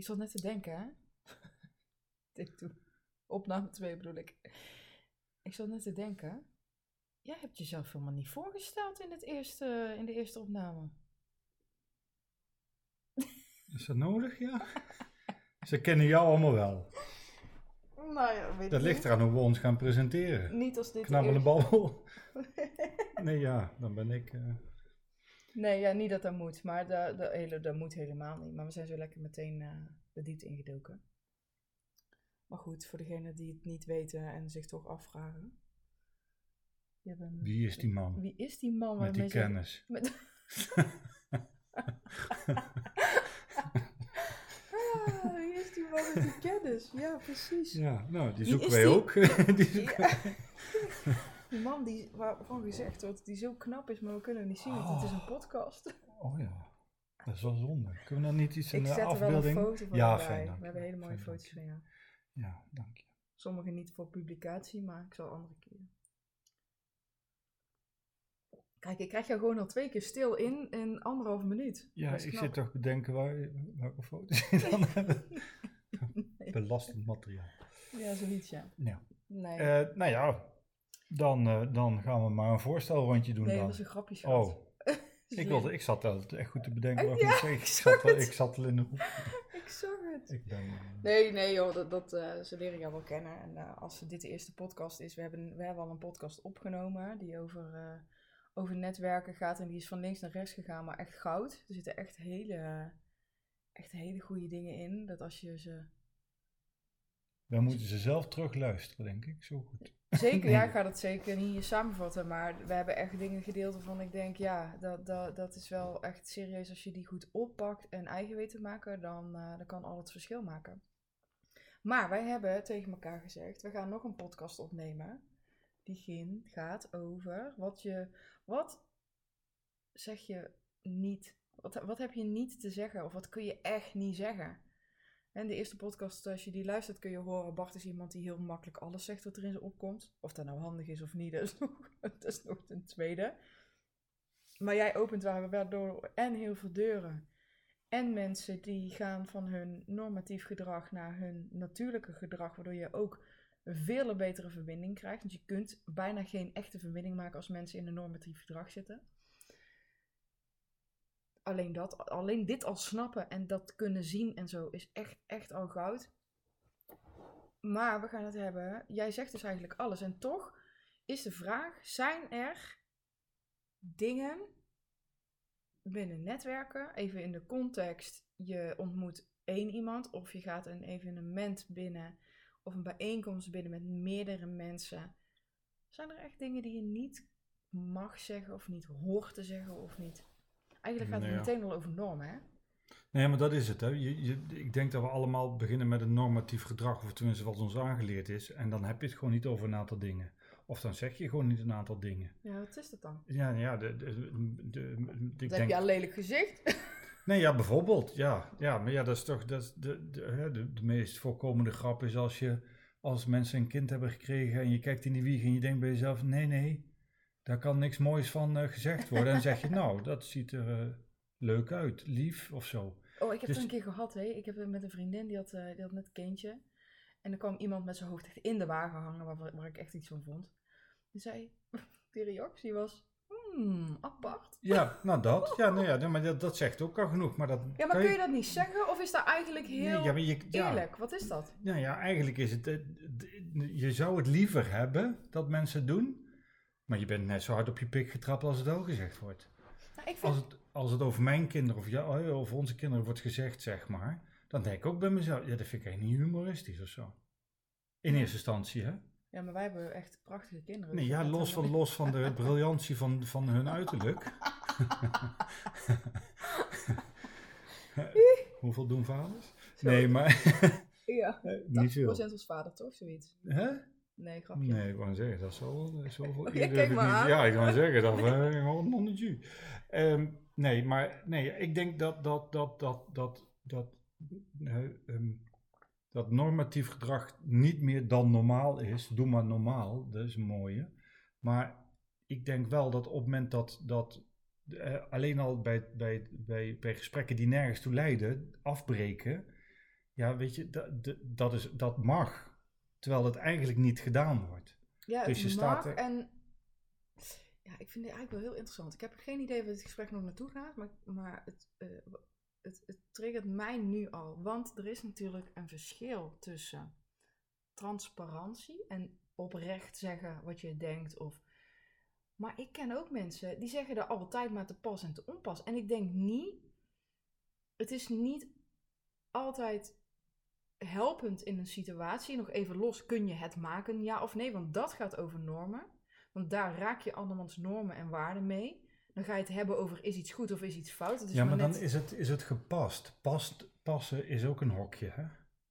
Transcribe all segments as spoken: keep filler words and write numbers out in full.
Ik zat net te denken, hè. Take two. Opname twee bedoel ik. Ik zat net te denken. Jij hebt jezelf helemaal niet voorgesteld in, het eerste, in de eerste opname. Is dat nodig, ja? Ze kennen jou allemaal wel. Nou ja, weet Dat ik ligt niet. eraan hoe we ons gaan presenteren. Niet als dit Knabbelen de eerste... babbel. Nee, ja, dan ben ik... Uh... Nee, ja, niet dat dat moet. Maar dat, dat, hele, dat moet helemaal niet. Maar we zijn zo lekker meteen uh, de diepte ingedoken. Maar goed, voor degenen die het niet weten en zich toch afvragen. Een... Wie is die man? Wie is die man? Met die kennis. Ze... Met... ah, wie is die man met die kennis? Ja, precies. Ja, nou, die zoeken wij die... ook. die, zoeken ja. Die man die, waarvan gezegd wordt, die zo knap is, maar we kunnen het niet zien, want oh. Het is een podcast. Oh ja, dat is wel zonde. Kunnen we dan niet iets in Ik de zet afbeelding? Er wel een foto van ja, bij. fijn, dank we je. hebben hele mooie fijn, foto's van jou. Ja, dank je. Sommige niet voor publicatie, maar ik zal andere keren. Kijk, ik krijg jou gewoon al twee keer stil in in anderhalve minuut. Ja, ik zit toch bedenken waar, welke foto's je dan hebben. Nee. Belastend materiaal. Ja, zoiets, ja. ja. Nee. Uh, nou ja, dan, uh, dan gaan we maar een voorstelrondje doen nee, dan. Nee, dat is een grapje, schat. Oh, ik, wilde, ik zat al echt goed te bedenken wat ja, ik zeg. Ik zat, al, ik zat al in de hoek. Ik zag het. Ik ben, uh... Nee, nee joh, dat, dat, uh, ze leren jou wel kennen. En uh, als dit de eerste podcast is, we hebben, we hebben al een podcast opgenomen die over... Uh, over netwerken gaat en die is van links naar rechts gegaan, maar echt goud. Er zitten echt hele, echt hele goede dingen in, dat als je ze... Dan moeten ze zelf terug luisteren, denk ik, zo goed. Zeker, ja, ik ga dat zeker niet hier samenvatten, maar we hebben echt dingen gedeeld waarvan ik denk, ja, dat, dat, dat is wel echt serieus. Als je die goed oppakt en eigen weet te maken, dan, uh, dan kan al het verschil maken. Maar wij hebben tegen elkaar gezegd, we gaan nog een podcast opnemen. Die gaat over wat je, wat zeg je niet, wat, wat heb je niet te zeggen of wat kun je echt niet zeggen. En de eerste podcast, als je die luistert kun je horen, Bart is iemand die heel makkelijk alles zegt wat er in ze opkomt. Of dat nou handig is of niet, dat is nog, dat is nog ten tweede. Maar jij opent waardoor en heel veel deuren. En mensen die gaan van hun normatief gedrag naar hun natuurlijke gedrag, waardoor je ook een veel betere verbinding krijgt. Want je kunt bijna geen echte verbinding maken als mensen in een normatief gedrag zitten. Alleen dat, alleen dit al snappen en dat kunnen zien en zo is echt, echt al goud. Maar we gaan het hebben, jij zegt dus eigenlijk alles. En toch is de vraag, zijn er dingen binnen netwerken, even in de context, je ontmoet één iemand of je gaat een evenement binnen of een bijeenkomst binnen met meerdere mensen. Zijn er echt dingen die je niet mag zeggen of niet hoort te zeggen of niet? Eigenlijk gaat het nee, meteen al over normen, hè? Nee, maar dat is het. Hè. Je, je, ik denk dat we allemaal beginnen met een normatief gedrag, of tenminste wat ons aangeleerd is. En dan heb je het gewoon niet over een aantal dingen. Of dan zeg je gewoon niet een aantal dingen. Ja, wat is dat dan? Ja, ja. De, de, de, de, ik dat denk... heb je al lelijk gezicht. Nee, ja, bijvoorbeeld. Ja, ja, maar ja, dat is toch dat is de, de, de, de meest voorkomende grap is als je als mensen een kind hebben gekregen en je kijkt in die wieg en je denkt bij jezelf, nee, nee, daar kan niks moois van uh, gezegd worden. En dan zeg je, nou, dat ziet er uh, leuk uit, lief of zo. Oh, ik heb dus... het een keer gehad, hè. Ik heb het met een vriendin, die had, uh, die had net een kindje. En er kwam iemand met zijn hoofd echt in de wagen hangen, waar, waar ik echt iets van vond. Die zei, die reactie was, hmm, apart. Ja, nou dat. Ja, nou ja, maar dat, dat zegt ook al genoeg. Maar dat ja, maar kun je... kun je dat niet zeggen? Of is dat eigenlijk heel nee, ja, maar je, ja. eerlijk? Wat is dat? Nou ja, eigenlijk is het, je zou het liever hebben dat mensen het doen. Maar je bent net zo hard op je pik getrapt als het al gezegd wordt. Nou, ik vind... als, het, als het over mijn kinderen of, ja, over onze kinderen wordt gezegd, zeg maar. Dan denk ik ook bij mezelf, ja, dat vind ik eigenlijk niet humoristisch of zo. In eerste instantie, hè. Ja, maar wij hebben echt prachtige kinderen. Nee, ja, los van, los van de briljantie van, van hun uiterlijk. Hoeveel doen vaders? Sorry. Nee, maar... ja, niet veel. tachtig procent was vader, toch? Zoiets. Hè? Nee, grapje. Nee, ik wou zeggen, dat is zo, zoveel... Oh, ja, kijk maar aan. Ja, ik wou zeggen, dat we gewoon honderd um, Nee, maar nee, ik denk dat dat, dat, dat, dat, dat, uh, um, dat normatief gedrag niet meer dan normaal is. Doe maar normaal, dat is een mooie. Maar ik denk wel dat op het moment dat... dat uh, alleen al bij, bij, bij, bij gesprekken die nergens toe leiden, afbreken... Ja, weet je, dat, dat, dat, is, dat mag. Terwijl het eigenlijk niet gedaan wordt. Ja, Dus het je mag staat er- en... Ja, ik vind dit eigenlijk wel heel interessant. Ik heb geen idee waar dit gesprek nog naartoe gaat, maar, maar het, eh, het, het triggert mij nu al. Want er is natuurlijk een verschil tussen transparantie en oprecht zeggen wat je denkt. Of... Maar ik ken ook mensen die zeggen er altijd maar te pas en te onpas. En ik denk niet, het is niet altijd helpend in een situatie. Nog even los, kun je het maken, ja of nee? Want dat gaat over normen. Want daar raak je andermans normen en waarden mee. Dan ga je het hebben over is iets goed of is iets fout. Het is ja, maar net... dan is het, is het gepast. Past, passen is ook een hokje, hè?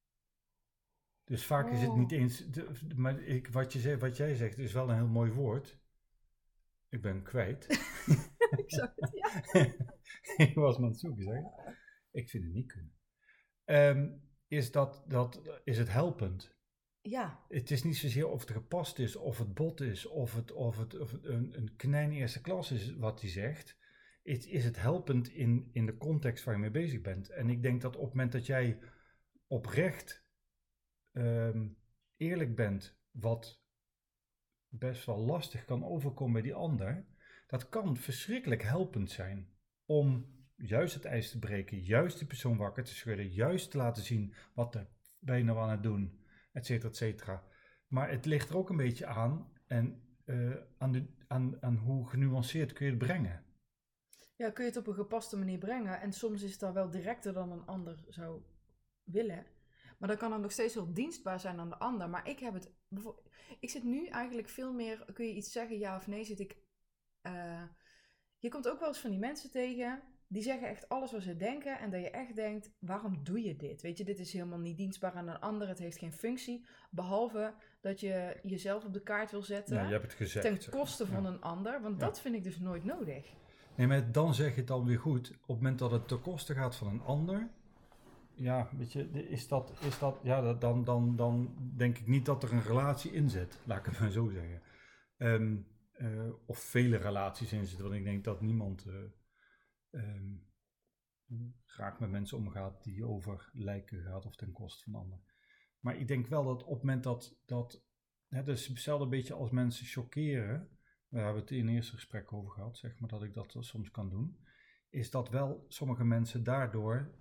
Dus vaak oh. is het niet eens... De, maar ik, wat, je zegt, wat jij zegt is wel een heel mooi woord. Ik ben kwijt. ik zag het, ja. ik was me aan het zoeken, zeg. Ik vind het niet kunnen. Um, is, dat, dat, is het helpend? Ja. Het is niet zozeer of het gepast is, of het bot is, of het, of het, of het een, een knijn eerste klas is wat hij zegt. Het, is het helpend in, in de context waar je mee bezig bent? En ik denk dat op het moment dat jij oprecht um, eerlijk bent, wat best wel lastig kan overkomen bij die ander, dat kan verschrikkelijk helpend zijn om juist het ijs te breken, juist die persoon wakker te schudden, juist te laten zien wat de ben je nou aan het doen, et cetera, et cetera. Maar het ligt er ook een beetje aan, en, uh, aan, de, aan, aan hoe genuanceerd kun je het brengen. Ja, kun je het op een gepaste manier brengen. En soms is het dan wel directer dan een ander zou willen. Maar dan kan het nog steeds heel dienstbaar zijn aan de ander. Maar ik heb het... Ik zit nu eigenlijk veel meer... Kun je iets zeggen, ja of nee, zit ik... Uh, je komt ook wel eens van die mensen tegen... Die zeggen echt alles wat ze denken. En dat je echt denkt, waarom doe je dit? Weet je, dit is helemaal niet dienstbaar aan een ander. Het heeft geen functie. Behalve dat je jezelf op de kaart wil zetten. Ja, je hebt het gezegd. Ten koste van ja. een ander. Want ja. dat vind ik dus nooit nodig. Nee, maar dan zeg je het dan weer goed. Op het moment dat het ten koste gaat van een ander... Ja, weet je, is dat... Is dat ja, dan, dan, dan denk ik niet dat er een relatie in zit. Laat ik het maar zo zeggen. Um, uh, of vele relaties in zitten. Want ik denk dat niemand... Uh, Um, graag met mensen omgaat die over lijken gaat of ten koste van anderen. Maar ik denk wel dat op het moment dat, dat het is hetzelfde beetje als mensen chockeren, daar hebben we het in het eerste gesprek over gehad, zeg maar, dat ik dat soms kan doen, is dat wel sommige mensen daardoor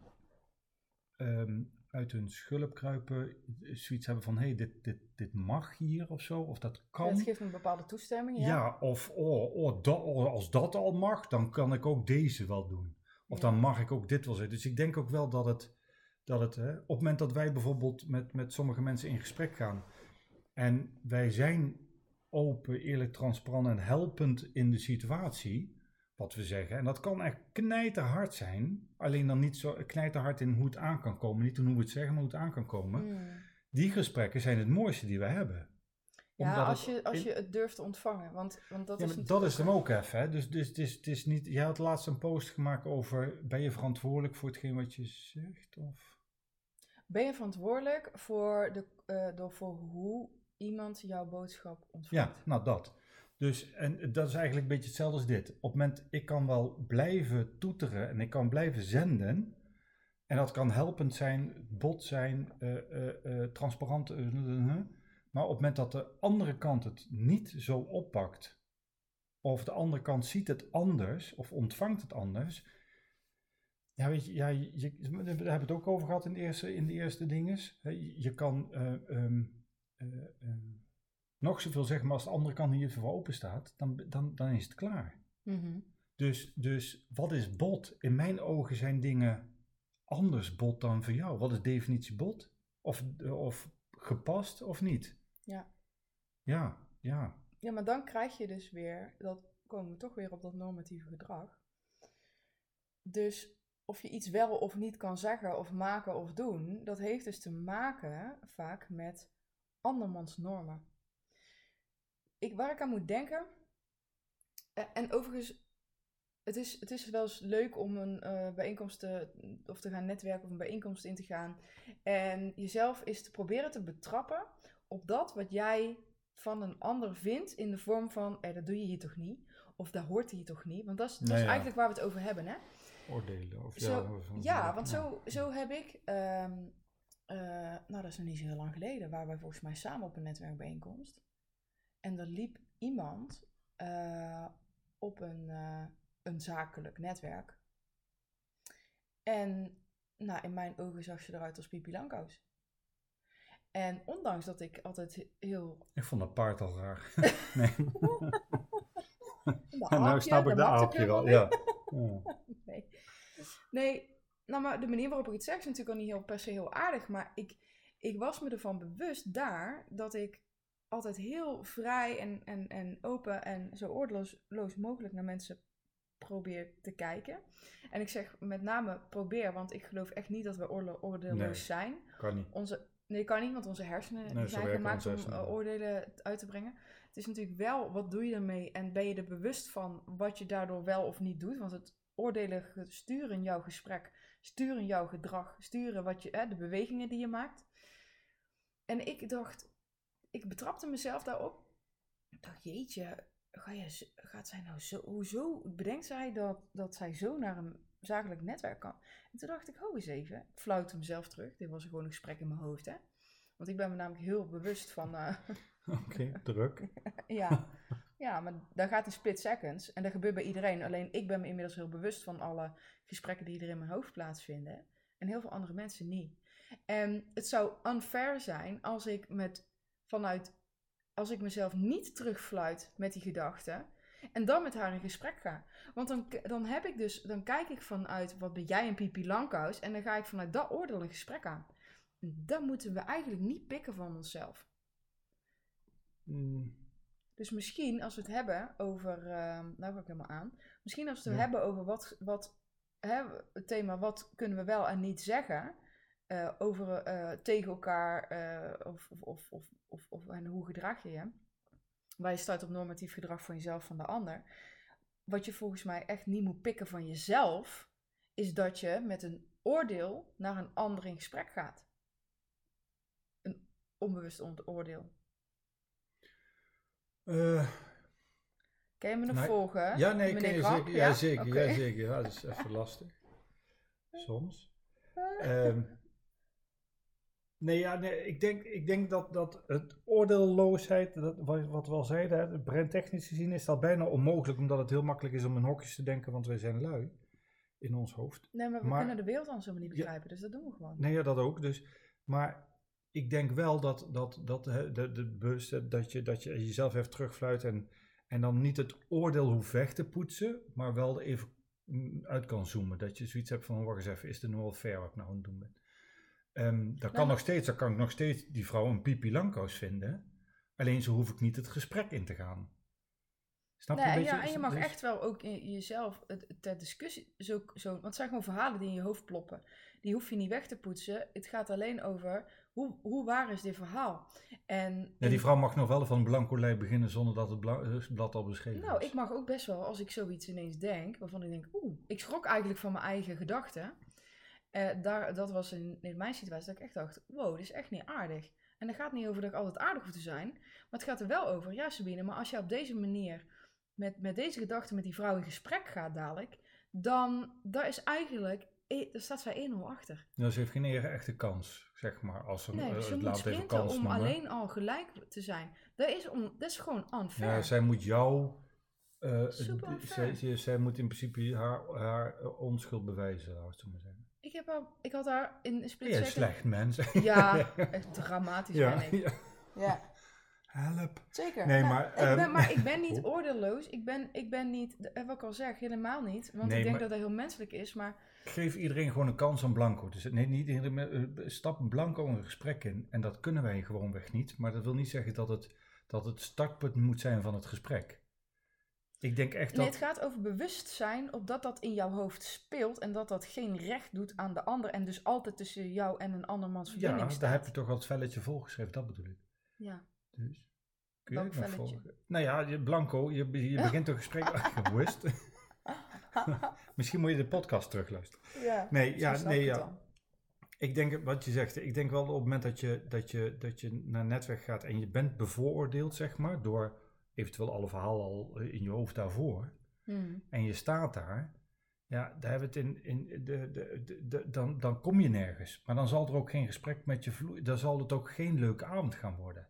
um, uit hun schulp kruipen, zoiets hebben van, hé, hey, dit, dit, dit mag hier of zo, of dat kan. Het geeft een bepaalde toestemming, ja. Ja, of oh, oh, dat, oh, als dat al mag, dan kan ik ook deze wel doen. Of ja. Dan mag ik ook dit wel zeggen. Dus ik denk ook wel dat het, dat het hè, op het moment dat wij bijvoorbeeld met, met sommige mensen in gesprek gaan, en wij zijn open, eerlijk, transparant en helpend in de situatie, wat we zeggen, en dat kan echt knijterhard zijn, alleen dan niet zo knijterhard in hoe het aan kan komen, niet in hoe we het zeggen, maar hoe het aan kan komen. Mm. Die gesprekken zijn het mooiste die wij hebben. Ja, als je, als je het durft te ontvangen, want, want dat ja, is dat is hem ook even, hè. Dus, dus het, is, het is niet, jij had laatst een post gemaakt over, ben je verantwoordelijk voor hetgeen wat je zegt, of? Ben je verantwoordelijk voor, de, uh, door, voor hoe iemand jouw boodschap ontvangt? Ja, nou dat. Dus, en dat is eigenlijk een beetje hetzelfde als dit. Op het moment, ik kan wel blijven toeteren en ik kan blijven zenden, en dat kan helpend zijn, bot zijn, uh, uh, uh, transparant, uh, uh, maar op het moment dat de andere kant het niet zo oppakt, of de andere kant ziet het anders, of ontvangt het anders, ja, weet je, ja, je, je, daar hebben we het ook over gehad in de eerste, in de eerste dinges. Je, je kan uh, um, uh, uh, nog zoveel zeggen, maar als de andere kant niet voor open staat, dan, dan, dan is het klaar. Mm-hmm. Dus, dus wat is bot? In mijn ogen zijn dingen anders bot dan voor jou. Wat is definitie bot? Of, of gepast of niet? Ja. Ja, ja. Ja, maar dan krijg je dus weer, dat komen we toch weer op dat normatieve gedrag. Dus of je iets wel of niet kan zeggen of maken of doen, dat heeft dus te maken vaak met andermans normen. Ik, waar ik aan moet denken, en overigens, het is, het is wel eens leuk om een uh, bijeenkomst te, of te gaan netwerken of een bijeenkomst in te gaan. En jezelf eens te proberen te betrappen op dat wat jij van een ander vindt in de vorm van, eh, dat doe je hier toch niet? Of dat hoort hier toch niet? Want dat is, dat nee, is ja. eigenlijk waar we het over hebben, hè? Oordelen. Of zo, ja, of, ja, want ja. Zo, zo heb ik... Um, nou dat is nog niet zo heel lang geleden, waren wij volgens mij samen op een netwerkbijeenkomst. En er liep iemand uh, op een, uh, een zakelijk netwerk. En nou, in mijn ogen zag ze eruit als Pipi Langkous. En ondanks dat ik altijd heel... Ik vond dat paard al raar. Nee. De En nou snap ik de aapje wel, ja. ja. Nee. nee, nou maar de manier waarop ik het zeg is natuurlijk al niet heel, per se heel aardig. Maar ik, ik was me ervan bewust daar dat ik altijd heel vrij en, en, en open en zo oordeelloos mogelijk naar mensen probeer te kijken. En ik zeg met name probeer, want ik geloof echt niet dat we oorde- oordeelloos nee, zijn. Kan niet. Onze, nee, kan niet, want onze hersenen nee, die zijn gemaakt om uh, oordelen uit te brengen. Het is natuurlijk wel, wat doe je ermee en ben je er bewust van wat je daardoor wel of niet doet? Want het oordelen sturen jouw gesprek, sturen jouw gedrag, sturen wat je, eh, de bewegingen die je maakt. En ik dacht, ik betrapte mezelf daarop. Ik dacht, jeetje, ga je, gaat zij nou zo, hoezo bedenkt zij dat, dat zij zo naar een zakelijk netwerk kan? En toen dacht ik, ho eens even, ik flauwte mezelf terug. Dit was gewoon een gesprek in mijn hoofd, hè. Want ik ben me namelijk heel bewust van... Uh... Oké, okay, druk. ja. ja, maar daar gaat in split seconds. En dat gebeurt bij iedereen. Alleen ik ben me inmiddels heel bewust van alle gesprekken die er in mijn hoofd plaatsvinden. En heel veel andere mensen niet. En het zou unfair zijn als ik met vanuit... Als ik mezelf niet terugfluit met die gedachten en dan met haar in gesprek ga. Want dan, dan heb ik dus, dan kijk ik vanuit, wat ben jij een Pipi Langkous? En dan ga ik vanuit dat oordeel een gesprek aan. En dat moeten we eigenlijk niet pikken van onszelf. Mm. Dus misschien als we het hebben over, uh, nou ga ik helemaal aan. Misschien als we het ja. hebben over wat, wat hè, het thema wat kunnen we wel en niet zeggen. Uh, over uh, tegen elkaar uh, of, of, of, of, of, of en hoe gedraag je je. Waar je stuit op normatief gedrag van jezelf, van de ander. Wat je volgens mij echt niet moet pikken van jezelf, is dat je met een oordeel naar een ander in gesprek gaat. Een onbewust oordeel. Uh, kan je me nog nou, volgen? Ja, nee, kan je zeker. Ja, ja? zeker. Okay. Ja, zeker. Ja, dat is even lastig. Soms. Um, Nee, ja, nee ik, denk, ik denk dat, dat het oordeelloosheid, dat, wat we al zeiden, breintechnisch gezien is dat bijna onmogelijk, omdat het heel makkelijk is om in hokjes te denken, want wij zijn lui in ons hoofd. Nee, maar we maar, kunnen de wereld anders helemaal niet begrijpen, ja, dus dat doen we gewoon. Nee, ja, dat ook. Dus, maar ik denk wel dat, dat, dat de, de, de bewuste, dat, je, dat je jezelf even terugfluit en, en dan niet het oordeel hoeft weg te poetsen, maar wel even uit kan zoomen. Dat je zoiets hebt van, wacht eens even, is dit nu wel fair wat ik nou aan het doen ben? Um, dat kan nou, nog steeds, dan kan ik nog steeds die vrouw een Pipi Langkous vinden. Alleen zo hoef ik niet het gesprek in te gaan. Snap nee, je een beetje? Ja, en je mag dus... echt wel ook in jezelf ter discussie, zo, zo, want het zijn gewoon verhalen die in je hoofd ploppen. Die hoef je niet weg te poetsen. Het gaat alleen over, hoe, hoe waar is dit verhaal? En ja, die vrouw mag nog wel van blanco lei beginnen zonder dat het bla- blad al beschreven nou, is. ik mag ook best wel, als ik zoiets ineens denk, waarvan ik denk, oeh, ik schrok eigenlijk van mijn eigen gedachten. Uh, daar, dat was in, in mijn situatie dat ik echt dacht, wow, dit is echt niet aardig. En het gaat niet over dat ik altijd aardig hoef te zijn, maar het gaat er wel over, ja Sabine, maar als je op deze manier met, met deze gedachten met die vrouw in gesprek gaat dadelijk, dan daar is eigenlijk, daar staat zij één nul achter. Ja, ze heeft geen echte kans, zeg maar, als ze, nee, uh, ze het moet laat even sprinten kans om noemen. alleen al gelijk te zijn. Dat is, om, dat is gewoon unfair. Ja, zij moet jou... Uh, Super d- zij, zij, zij moet in principe haar, haar uh, onschuld bewijzen, zou ik maar zeggen. Ik, heb haar, ik had haar in een split Ja, second... slecht mens. Ja, echt dramatisch ja, ben ik. Ja. Ja. Help. Zeker. Nee, nou, maar, ik ben, um, maar ik ben niet oordeelloos. Ik ben, ik ben niet, wat ik al zeg, helemaal niet. Want nee, ik denk maar, dat dat heel menselijk is. Maar geef iedereen gewoon een kans aan blanco. Dus nee, niet iedereen, uh, stap een blanco een gesprek in. En dat kunnen wij gewoonweg niet. Maar dat wil niet zeggen dat het, dat het startpunt moet zijn van het gesprek. Ik denk echt dat... Nee, het gaat over bewustzijn op dat dat in jouw hoofd speelt en dat dat geen recht doet aan de ander en dus altijd tussen jou en een andermans verbinding ja, staat. daar heb je toch al het velletje volgeschreven, dat bedoel ik. Ja. Dus, kun je Welk ook nog velletje? volgen? Nou ja, je, blanco, je, je begint toch gesprek... Hoe is het? Misschien moet je de podcast terugluisteren. Ja, nee, ja, nee, ja. Dan. Ik denk, wat je zegt, ik denk wel op het moment dat je, dat je, dat je naar netwerk gaat en je bent bevooroordeeld, zeg maar, door... eventueel alle verhalen al in je hoofd daarvoor. Hmm. En je staat daar. Ja, daar hebben we het in, in de, de, de, de, dan, dan kom je nergens. Maar dan zal er ook geen gesprek met je vloeien. Dan zal het ook geen leuke avond gaan worden.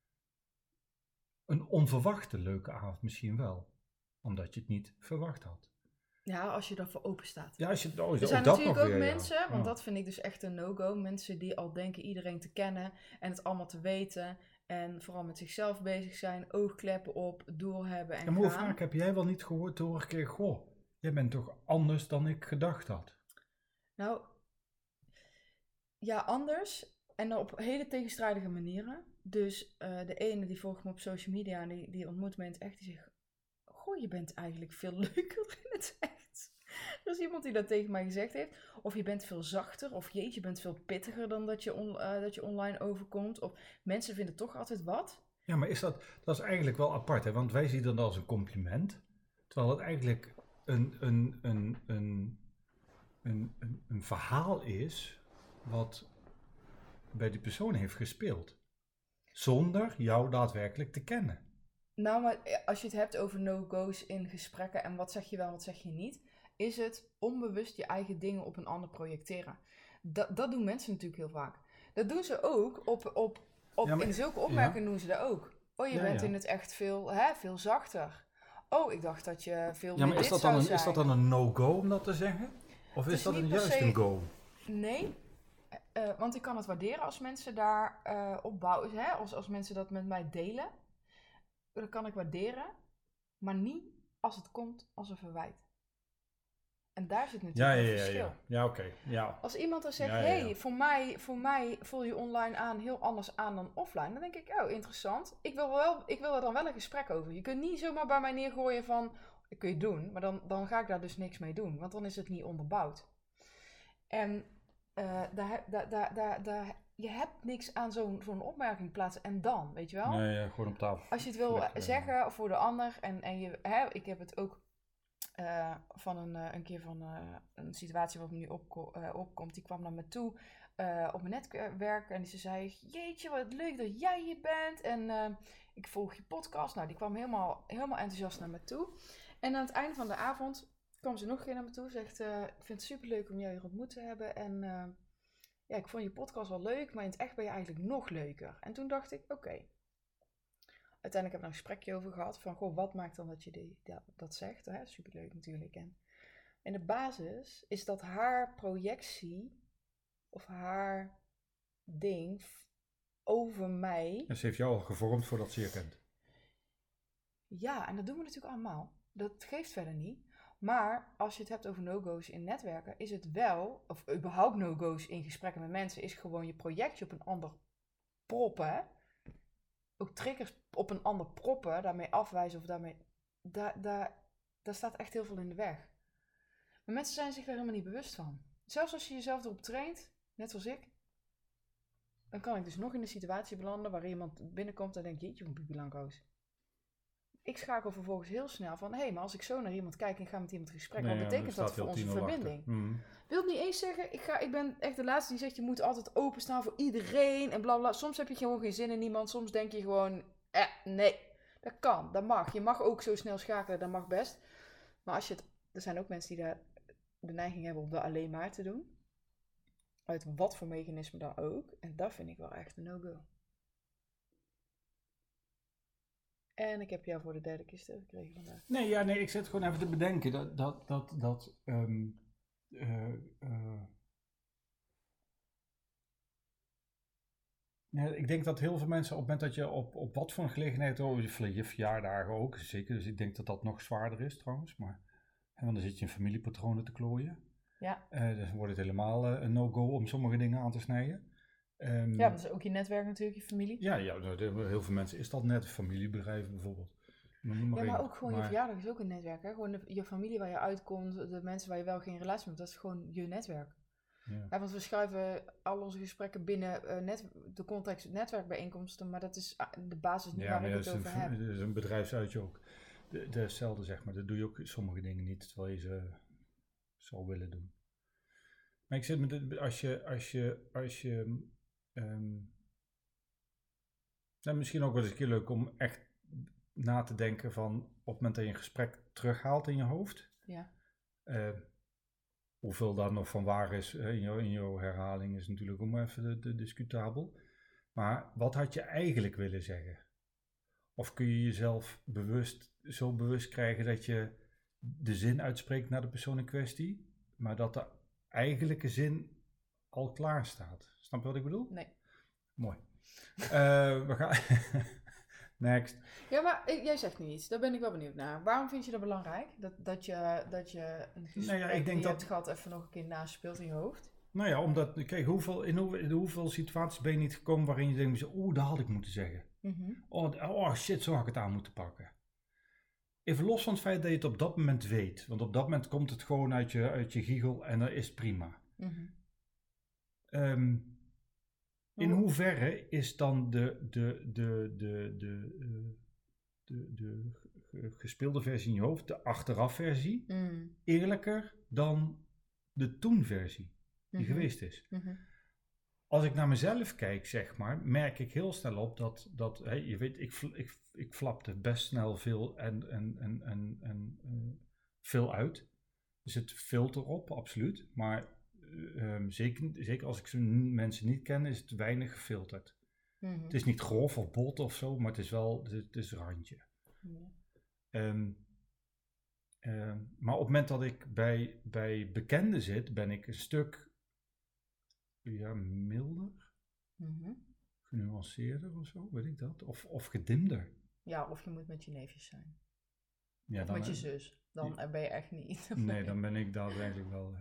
Een onverwachte leuke avond misschien wel. Omdat je het niet verwacht had. Ja, als je daarvoor open staat. Ja, als je, oh, er zijn dat natuurlijk nog ook weer, mensen, ja. want Ja. dat vind ik dus echt een no-go. Mensen die al denken iedereen te kennen en het allemaal te weten. En vooral met zichzelf bezig zijn, oogkleppen op, doel hebben en En hoe gaan. vaak heb jij wel niet gehoord door een keer, goh, jij bent toch anders dan ik gedacht had? Nou, ja, anders. En dan op hele tegenstrijdige manieren. Dus uh, de ene die volgt me op social media en die, die ontmoet me in het echt. Die zegt, goh, je bent eigenlijk veel leuker in het echt. Er is iemand die dat tegen mij gezegd heeft. Of je bent veel zachter. Of jeetje, je bent veel pittiger dan dat je, on, uh, dat je online overkomt. Of mensen vinden toch altijd wat. Ja, maar is dat, dat is eigenlijk wel apart, hè? Want wij zien dat als een compliment. Terwijl het eigenlijk een, een, een, een, een, een, een verhaal is wat bij die persoon heeft gespeeld. Zonder jou daadwerkelijk te kennen. Nou, maar als je het hebt over no-go's in gesprekken en wat zeg je wel, wat zeg je niet, is het onbewust je eigen dingen op een ander projecteren. Dat, dat doen mensen natuurlijk heel vaak. Dat doen ze ook op, op, op ja, maar, in zulke opmerkingen ja. doen ze dat ook. Oh, je ja, bent ja. in het echt veel, hè, veel zachter. Oh, ik dacht dat je veel ja, meer maar is dit dat, dan zou een, zijn. is dat dan een no-go om dat te zeggen? Of is, is dat een juist se... een go? Nee, uh, want ik kan het waarderen als mensen daar uh, op bouwen, hè? Als, als mensen dat met mij delen. Dat kan ik waarderen, maar niet als het komt als een verwijt. En daar zit natuurlijk ja, een ja, verschil. Ja, ja. oké. Okay. Ja. Als iemand dan zegt, ja, ja, ja. hey, voor mij, voor mij voel je online aan heel anders aan dan offline. Dan denk ik, oh, interessant. Ik wil, wel, ik wil er dan wel een gesprek over. Je kunt niet zomaar bij mij neergooien van, dat kun je doen. Maar dan, dan ga ik daar dus niks mee doen, want dan is het niet onderbouwd. En uh, daar, daar, daar, daar, daar, je hebt niks aan zo'n, zo'n opmerking plaatsen. En dan, weet je wel? Nee, ja, gewoon op tafel. Als je het wil Flik, zeggen ja. voor de ander. En, en je, hè, ik heb het ook uh, van een, uh, een keer van uh, een situatie wat me nu opko- uh, opkomt. Die kwam naar me toe uh, op mijn netwerk. En die zei, jeetje, wat leuk dat jij hier bent. En uh, ik volg je podcast. Nou, die kwam helemaal, helemaal enthousiast naar me toe. En aan het einde van de avond kwam ze nog een keer naar me toe. Zegt, uh, ik vind het superleuk om jou hier ontmoet te hebben. En uh, ja, ik vond je podcast wel leuk. Maar in het echt ben je eigenlijk nog leuker. En toen dacht ik, oké. Okay. Uiteindelijk hebben we er een gesprekje over gehad. Van, goh, wat maakt dan dat je die, dat, dat zegt? Hè? Superleuk natuurlijk. En in de basis is dat haar projectie. Of haar ding over mij. En ze heeft jou al gevormd voordat ze je kent. Ja, en dat doen we natuurlijk allemaal. Dat geeft verder niet. Maar als je het hebt over no-go's in netwerken, is het wel, of überhaupt no-go's in gesprekken met mensen, is gewoon je projectie op een ander proppen. Ook triggers op een ander proppen, daarmee afwijzen of daarmee. Daar, daar, daar staat echt heel veel in de weg. Maar mensen zijn zich daar helemaal niet bewust van. Zelfs als je jezelf erop traint, net zoals ik, dan kan ik dus nog in een situatie belanden waar iemand binnenkomt en denkt, jeetje, van Pipi Langkous. Ik schakel vervolgens heel snel van, hé, hey, maar als ik zo naar iemand kijk en ga met iemand in gesprek, nee, wat betekent ja, dat voor onze verbinding? Mm. Wil niet eens zeggen, ik, ga, ik ben echt de laatste die zegt, je moet altijd openstaan voor iedereen en bla bla. Soms heb je gewoon geen zin in iemand, soms denk je gewoon, eh, nee, dat kan, dat mag. Je mag ook zo snel schakelen, dat mag best. Maar als je het, er zijn ook mensen die daar de neiging hebben om dat alleen maar te doen. Uit wat voor mechanisme dan ook. En dat vind ik wel echt een no-go. En ik heb jou voor de derde keer stil gekregen vandaag. Nee, ja, nee, ik zit gewoon even te bedenken dat, dat, dat, dat, um, uh, uh, ja, ik denk dat heel veel mensen op het moment dat je op, op wat voor een gelegenheid, oh, je verjaardagen ook, zeker, dus ik denk dat dat nog zwaarder is trouwens, maar, want dan zit je in familiepatronen te klooien. Ja. Uh, dus dan wordt het helemaal uh, een no-go om sommige dingen aan te snijden. Um, ja, dat is ook je netwerk natuurlijk, je familie. Ja, ja, heel veel mensen is dat net, familiebedrijven bijvoorbeeld. Maar ja, maar één. ook gewoon maar... je verjaardag is ook een netwerk. Hè? Gewoon de, je familie waar je uitkomt, de mensen waar je wel geen relatie mee hebt, dat is gewoon je netwerk. Ja. Ja, want we schuiven al onze gesprekken binnen uh, net, de context netwerkbijeenkomsten, maar dat is uh, de basis niet ja, waar ik het over een, heb. Dat is een bedrijfsuitje ook. De, dezelfde zeg maar, dat doe je ook sommige dingen niet, terwijl je ze zou willen doen. Maar ik zit met de, als je, als je, als je Um, nou, misschien ook wel eens een keer leuk om echt na te denken van op het moment dat je een gesprek terughaalt in je hoofd. Ja. Uh, Hoeveel daar nog van waar is uh, in, jou, in jouw herhaling is natuurlijk ook maar even de, de discutabel. Maar wat had je eigenlijk willen zeggen? Of kun je jezelf bewust, zo bewust krijgen dat je de zin uitspreekt naar de persoon in kwestie, maar dat de eigenlijke zin al klaar staat? Snap je wat ik bedoel? Nee. Mooi. uh, we gaan... Next. Ja, maar jij zegt nu iets. Daar ben ik wel benieuwd naar. Waarom vind je dat belangrijk? Dat, dat, je, dat je een gesprek nou ja, ik denk die je dat... hebt gehad even nog een keer naspeelt in je hoofd? Nou ja, omdat, kijk, hoeveel, in, hoe, in hoeveel situaties ben je niet gekomen waarin je denkt, oeh, dat had ik moeten zeggen. Mm-hmm. Oh, oh shit, zo had ik het aan moeten pakken. Even los van het feit dat je het op dat moment weet. Want op dat moment komt het gewoon uit je, uit je giegel en dat is prima. Mm-hmm. Um, in hoeverre is dan de, de, de, de, de, de, de, de gespeelde versie in je hoofd, de achteraf versie, mm. eerlijker dan de toen versie die mm-hmm. geweest is? Mm-hmm. Als ik naar mezelf kijk, zeg maar, merk ik heel snel op dat, dat hè, je weet, ik, ik, ik flapte best snel veel en, en, en, en, en uh, veel uit. Er zit filter op, absoluut. Maar uh, um, zeker, zeker als ik zo mensen niet ken, is het weinig gefilterd. Mm-hmm. Het is niet grof of bot of zo, maar het is wel, het, het is randje. Mm-hmm. Um, um, maar op het moment dat ik bij, bij bekenden zit, ben ik een stuk... Ja, milder, mm-hmm. genuanceerder of zo, weet ik dat. Of, of gedimder. Ja, of je moet met je neefjes zijn. Ja, of dan met je ben, zus. Dan die, ben je echt niet. Nee, dan ben ik daadwerkelijk wel. Uh.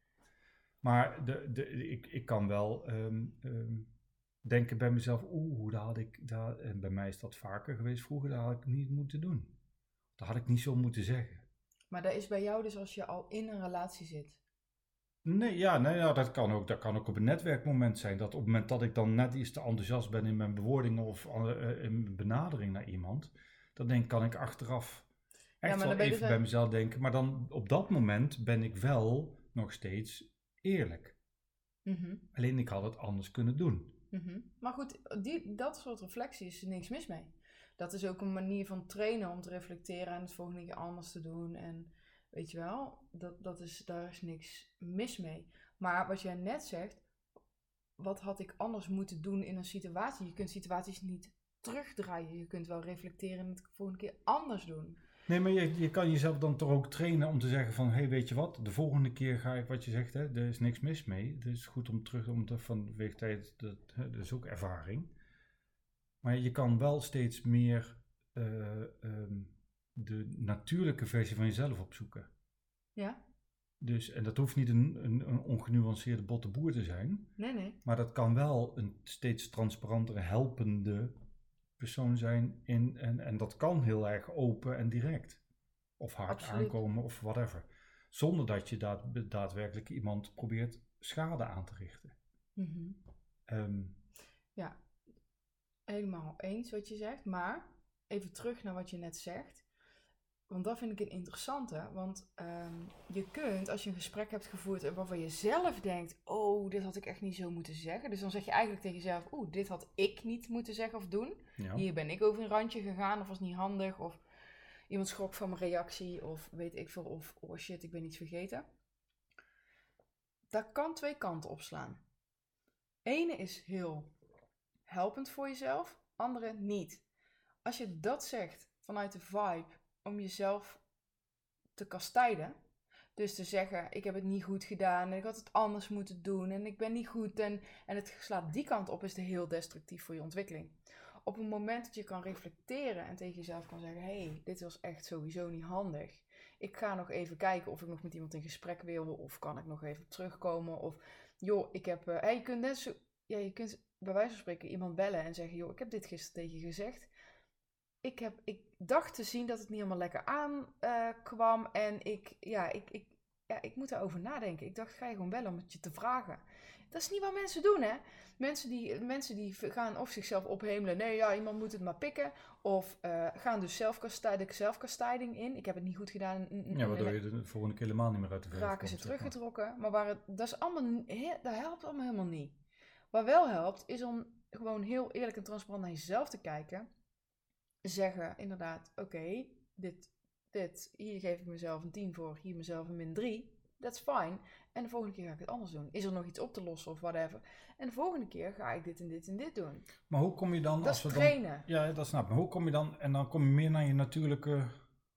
Maar de, de, ik, ik kan wel um, um, denken bij mezelf, oeh, hoe dat had ik, dat, en bij mij is dat vaker geweest vroeger, dat had ik niet moeten doen. Dat had ik niet zo moeten zeggen. Maar dat is bij jou dus als je al in een relatie zit. Nee, ja, nee, ja, dat kan ook. Dat kan ook op een netwerkmoment zijn. Dat op het moment dat ik dan net iets te enthousiast ben in mijn bewoordingen of uh, in mijn benadering naar iemand, dan denk, kan ik achteraf echt ja, wel even dus bij mezelf denken. Maar dan op dat moment ben ik wel nog steeds eerlijk. Mm-hmm. Alleen ik had het anders kunnen doen. Mm-hmm. Maar goed, die, dat soort reflecties is er niks mis mee. Dat is ook een manier van trainen om te reflecteren en het volgende keer anders te doen. En weet je wel, dat, dat is, daar is niks mis mee. Maar wat jij net zegt, wat had ik anders moeten doen in een situatie? Je kunt situaties niet terugdraaien. Je kunt wel reflecteren en het de volgende keer anders doen. Nee, maar je, je kan jezelf dan toch ook trainen om te zeggen van, hé, hey, weet je wat, de volgende keer ga ik, wat je zegt, hè, er is niks mis mee. Het is goed om terug, om te, van weegtijd, dat, hè, dat is ook ervaring. Maar je kan wel steeds meer uh, um, de natuurlijke versie van jezelf opzoeken. Ja. Dus, en dat hoeft niet een, een, een ongenuanceerde botte boer te zijn. Nee, nee. Maar dat kan wel een steeds transparantere, helpende persoon zijn. In, en, en dat kan heel erg open en direct. Of hard Absoluut. aankomen of whatever. Zonder dat je daad, daadwerkelijk iemand probeert schade aan te richten. Mm-hmm. Um, ja, helemaal eens wat je zegt. Maar even terug naar wat je net zegt. Want dat vind ik een interessante, want um, je kunt, als je een gesprek hebt gevoerd waarvan je zelf denkt, oh, dit had ik echt niet zo moeten zeggen. Dus dan zeg je eigenlijk tegen jezelf, oeh, dit had ik niet moeten zeggen of doen. Ja. Hier ben ik over een randje gegaan of was niet handig of iemand schrok van mijn reactie of weet ik veel of, oh shit, ik ben iets vergeten. Dat kan twee kanten opslaan. Ene is heel helpend voor jezelf, andere niet. Als je dat zegt vanuit de vibe, om jezelf te kastijden. Dus te zeggen, ik heb het niet goed gedaan en ik had het anders moeten doen en ik ben niet goed. En, en het slaat die kant op, is het heel destructief voor je ontwikkeling. Op een moment dat je kan reflecteren en tegen jezelf kan zeggen, hé, hey, dit was echt sowieso niet handig. Ik ga nog even kijken of ik nog met iemand in gesprek wil of kan ik nog even terugkomen. Of, joh, ik heb, uh, hey, je kunt net zo, ja, je kunt bij wijze van spreken iemand bellen en zeggen, joh, ik heb dit gisteren tegen je gezegd. Ik, heb, ik dacht te zien dat het niet helemaal lekker aankwam. Uh, en ik, ja, ik, ik, ja, ik moet daarover nadenken. Ik dacht, ga je gewoon bellen om het je te vragen. Dat is niet wat mensen doen, hè. Mensen die, mensen die gaan of zichzelf ophemelen. Nee, ja, iemand moet het maar pikken. Of uh, gaan dus zelfkastijding, zelfkastijding in. Ik heb het niet goed gedaan. Ja, waardoor je de volgende keer helemaal niet meer uit de verf komt. Raken ze teruggetrokken. Maar, maar waar het, dat, is allemaal, dat helpt allemaal helemaal niet. Wat wel helpt, is om gewoon heel eerlijk en transparant naar jezelf te kijken. Zeggen inderdaad, oké, okay, dit, dit, hier geef ik mezelf een tien voor, hier mezelf een min drie. that's fine. En de volgende keer ga ik het anders doen. Is er nog iets op te lossen of whatever. En de volgende keer ga ik dit en dit en dit doen. Maar hoe kom je dan... Dat als is we trainen. Dan, ja, dat snap ik. Maar hoe kom je dan... En dan kom je meer naar je natuurlijke...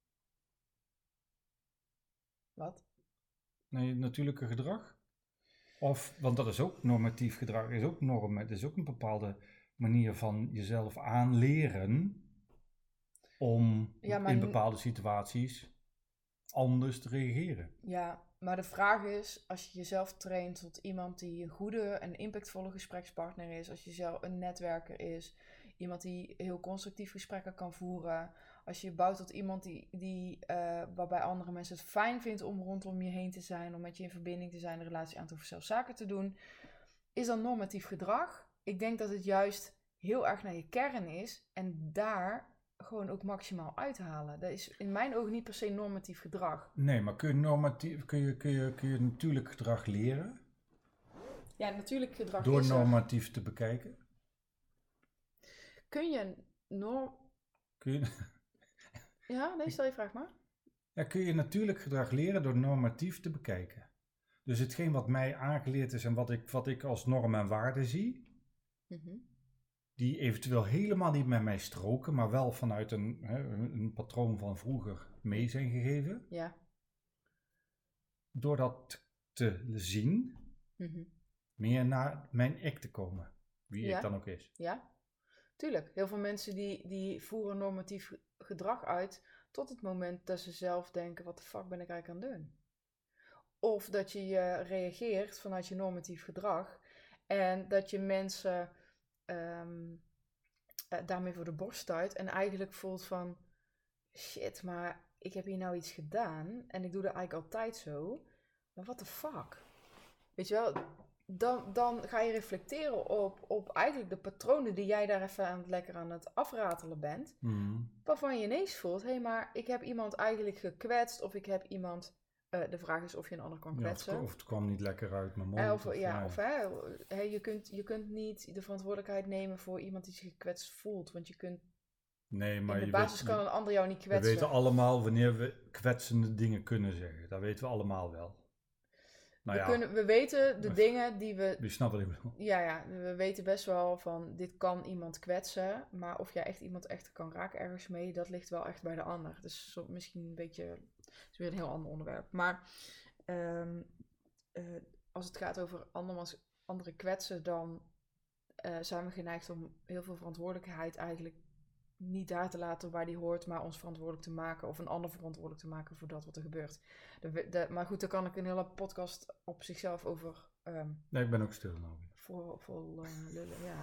Wat? Naar je natuurlijke gedrag? Of, want dat is ook normatief gedrag, is ook normen. Het is ook een bepaalde manier van jezelf aanleren om Ja, maar in n- bepaalde situaties anders te reageren. Ja, maar de vraag is, als je jezelf traint tot iemand die een goede en impactvolle gesprekspartner is, als je zelf een netwerker is, iemand die heel constructief gesprekken kan voeren, als je je bouwt tot iemand die, die uh, waarbij andere mensen het fijn vindt om rondom je heen te zijn, om met je in verbinding te zijn, een relatie aan te of zelf zaken te doen, is dan normatief gedrag? Ik denk dat het juist heel erg naar je kern is en daar gewoon ook maximaal uithalen. Dat is in mijn ogen niet per se normatief gedrag. Nee, maar kun je, normatief, kun je, kun je, kun je natuurlijk gedrag leren? Ja, natuurlijk gedrag Door is er. normatief te bekijken? Kun je norm... Kun je, Ja, nee, stel je vraag maar. ja, kun je natuurlijk gedrag leren door normatief te bekijken? Dus hetgeen wat mij aangeleerd is en wat ik, wat ik als norm en waarde zie, Mm-hmm. die eventueel helemaal niet met mij stroken, maar wel vanuit een, hè, een patroon van vroeger mee zijn gegeven. Ja. Door dat te zien, Mm-hmm. meer naar mijn ik te komen. Wie Ja. ik dan ook is. Ja, tuurlijk. Heel veel mensen die, die voeren normatief gedrag uit tot het moment dat ze zelf denken, wat de fuck ben ik eigenlijk aan het doen? Of dat je je reageert vanuit je normatief gedrag en dat je mensen um, uh, daarmee voor de borst stuit en eigenlijk voelt van, shit, maar ik heb hier nou iets gedaan en ik doe dat eigenlijk altijd zo, maar what the fuck? Weet je wel, dan, dan ga je reflecteren op, op eigenlijk de patronen die jij daar even aan het lekker aan het afratelen bent, Mm. waarvan je ineens voelt, hé, hey, maar ik heb iemand eigenlijk gekwetst of ik heb iemand... Uh, de vraag is of je een ander kan kwetsen. Ja, of, of het kwam niet lekker uit mijn mond. Uh, of, of, ja, ja. of hè, hè, je, kunt, je kunt niet de verantwoordelijkheid nemen voor iemand die zich gekwetst voelt. Want je kunt... Nee, maar in de je basis weet, kan een ander jou niet kwetsen. We weten allemaal wanneer we kwetsende dingen kunnen zeggen. Dat weten we allemaal wel. Nou we, ja, kunnen, we weten de dingen die we... Je snapt wat ik bedoel. Ja, ja, we weten best wel van dit kan iemand kwetsen. Maar of jij echt iemand echt kan raken ergens mee, dat ligt wel echt bij de ander. Dus zo, misschien een beetje... Het is weer een heel ander onderwerp. Maar... Um, uh, als het gaat over andermans, anderen kwetsen, dan uh, zijn we geneigd om heel veel verantwoordelijkheid eigenlijk niet daar te laten waar die hoort, maar ons verantwoordelijk te maken of een ander verantwoordelijk te maken voor dat wat er gebeurt. De, de, maar goed, daar kan ik een hele podcast op zichzelf over... Um, nee, ik ben ook stil nou. Vol, vol uh, lullen, ja.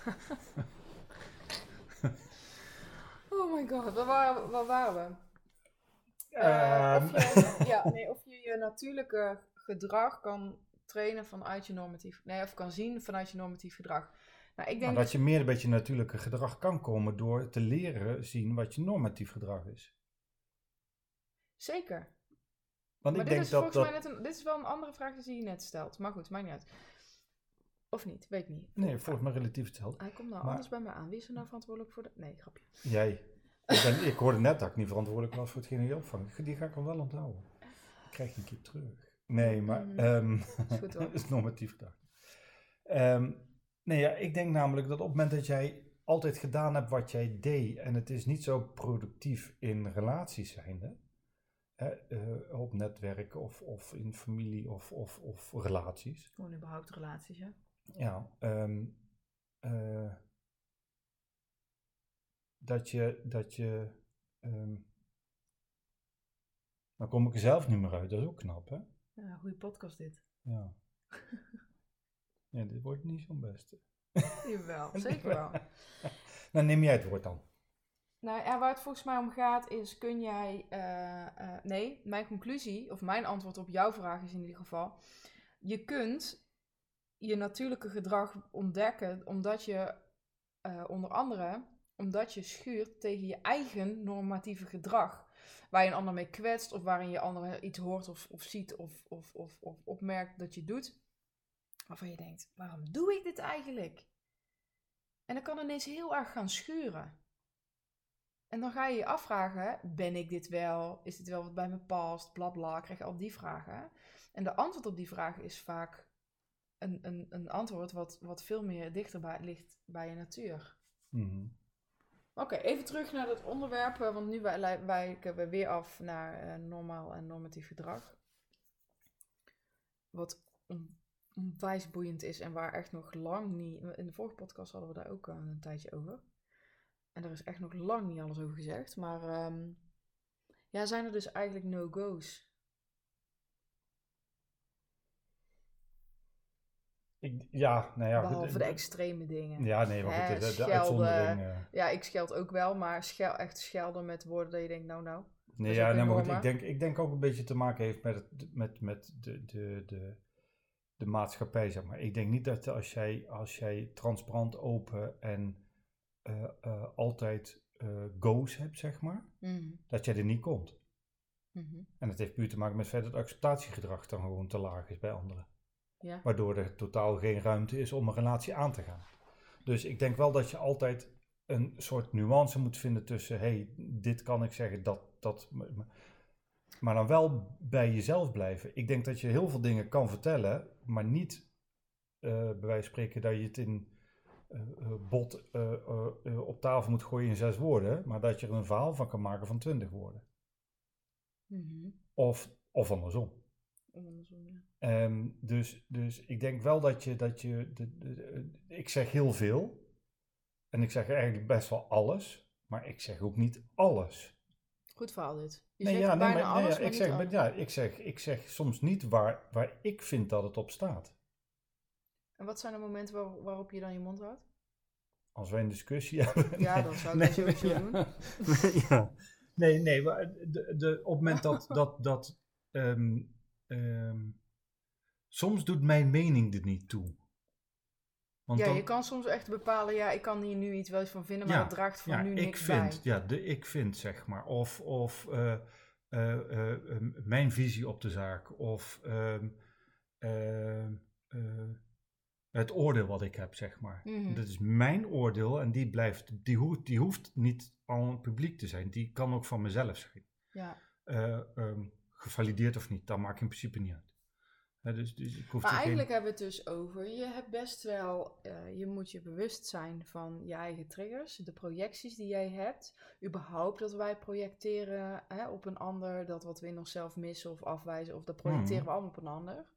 Oh my god, waar waren, waar waren we? Uh, um. of, je, ja, nee, of je je natuurlijke gedrag kan trainen vanuit je normatief... Nee, of kan zien vanuit je normatief gedrag. Nou, ik denk maar dat, dat je meer een beetje natuurlijke gedrag kan komen door te leren zien wat je normatief gedrag is. Zeker. Want maar ik dit denk is dat, volgens dat... mij net een, dit is wel een andere vraag die je net stelt. Maar goed, maakt niet uit. Of niet, weet ik niet. Volgens nee, volgens mij relatief hetzelfde. Hij komt nou maar... anders bij mij aan. Wie is er nou verantwoordelijk voor de... Nee, grapje. Jij. Ik, ben, ik hoorde net dat ik niet verantwoordelijk was voor hetgene die opvang. Die ga ik wel onthouden. Ik krijg je een keer terug. Nee, maar... Mm. Um, is goed hoor. Dat is normatief gedacht. Um, nee, ja, ik denk namelijk dat op het moment dat jij altijd gedaan hebt wat jij deed... en het is niet zo productief in relaties zijnde... Hè, uh, op netwerk of, of in familie of, of, of relaties. Gewoon überhaupt relaties, ja. Ja, um, uh, dat je, dat je, um, dan kom ik er zelf niet meer uit, dat is ook knap, hè? Ja, goede podcast dit. Ja. Ja, dit wordt niet zo'n beste. Jawel, zeker wel. Nou, neem jij het woord dan. Nou ja, waar het volgens mij om gaat is, kun jij, uh, uh, nee, mijn conclusie, of mijn antwoord op jouw vraag is in ieder geval, je kunt je natuurlijke gedrag ontdekken, omdat je, uh, onder andere, omdat je schuurt tegen je eigen normatieve gedrag, waar je een ander mee kwetst, of waarin je anderen iets hoort of, of ziet of, of, of, of opmerkt dat je doet, waarvan je denkt, waarom doe ik dit eigenlijk? En dan kan ineens heel erg gaan schuren. En dan ga je je afvragen, ben ik dit wel? Is dit wel wat bij me past? Blabla, krijg je al die vragen. En de antwoord op die vraag is vaak een, een, een antwoord wat, wat veel meer dichter bij, ligt bij je natuur. Mm-hmm. Oké, okay, even terug naar het onderwerp, want nu wijken we weer af naar uh, normaal en normatief gedrag. Wat onwijs boeiend is en waar echt nog lang niet... In de vorige podcast hadden we daar ook uh, een tijdje over. En er is echt nog lang niet alles over gezegd. Maar um, ja, zijn er dus eigenlijk no-go's? Ik, ja, nou ja. Behalve goed, de extreme dingen. Ja, nee, maar Hè, goed, de, de schelden, uitzondering... Uh... Ja, ik scheld ook wel, maar schel, echt schelden met woorden dat je denkt, nou nou. Nee, ja, nee, maar goed, ik denk, ik denk ook een beetje te maken heeft met, het, met, met de, de, de, de maatschappij, zeg maar. Ik denk niet dat als jij, als jij transparant, open en uh, uh, altijd uh, go's hebt, zeg maar, mm-hmm. dat jij er niet komt. Mm-hmm. En dat heeft puur te maken met het feit dat het acceptatiegedrag dan gewoon te laag is bij anderen. Ja. Waardoor er totaal geen ruimte is om een relatie aan te gaan. Dus ik denk wel dat je altijd een soort nuance moet vinden tussen, hey, dit kan ik zeggen, dat, dat... Maar dan wel bij jezelf blijven. Ik denk dat je heel veel dingen kan vertellen, maar niet uh, bij wijze van spreken dat je het in uh, bot uh, uh, uh, op tafel moet gooien in zes woorden, maar dat je er een verhaal van kan maken van twintig woorden. Mm-hmm. Of, of andersom. Andersom, ja. Um, dus, dus ik denk wel dat je, dat je de, de, de, ik zeg heel veel en ik zeg eigenlijk best wel alles, maar ik zeg ook niet alles. Goed verhaal dit. Je nee, zegt ja, bijna nee, maar, alles, nee, ja, maar ik, zeg, alles. ja, ik, zeg, ik zeg soms niet waar, waar ik vind dat het op staat. En wat zijn de momenten waar, waarop je dan je mond houdt? Als wij een discussie hebben. Ja, nee, dan zou ik nee, dat sowieso ja, doen. Nee, ja. nee, nee, maar de, de, op het moment dat, dat, dat um, um, soms doet mijn mening er niet toe. Want ja, dan, je kan soms echt bepalen, ja, ik kan hier nu iets wel eens van vinden, maar ja, dat draagt voor ja, nu ik niks vind, bij. Ja, de ik vind, zeg maar. Of, of uh, uh, uh, uh, mijn visie op de zaak. Of uh, uh, uh, het oordeel wat ik heb, zeg maar. Mm-hmm. Dat is mijn oordeel en die blijft, die hoeft, die hoeft niet al publiek te zijn. Die kan ook van mezelf zijn. Ja. Uh, um, gevalideerd of niet, dat maakt in principe niet uit. Ja, dus, dus ik hoef maar eigenlijk geen... hebben we het dus over, je hebt best wel, uh, je moet je bewust zijn van je eigen triggers, de projecties die jij hebt, überhaupt dat wij projecteren hè, op een ander, dat wat we in onszelf missen of afwijzen, of dat projecteren mm. we allemaal op een ander.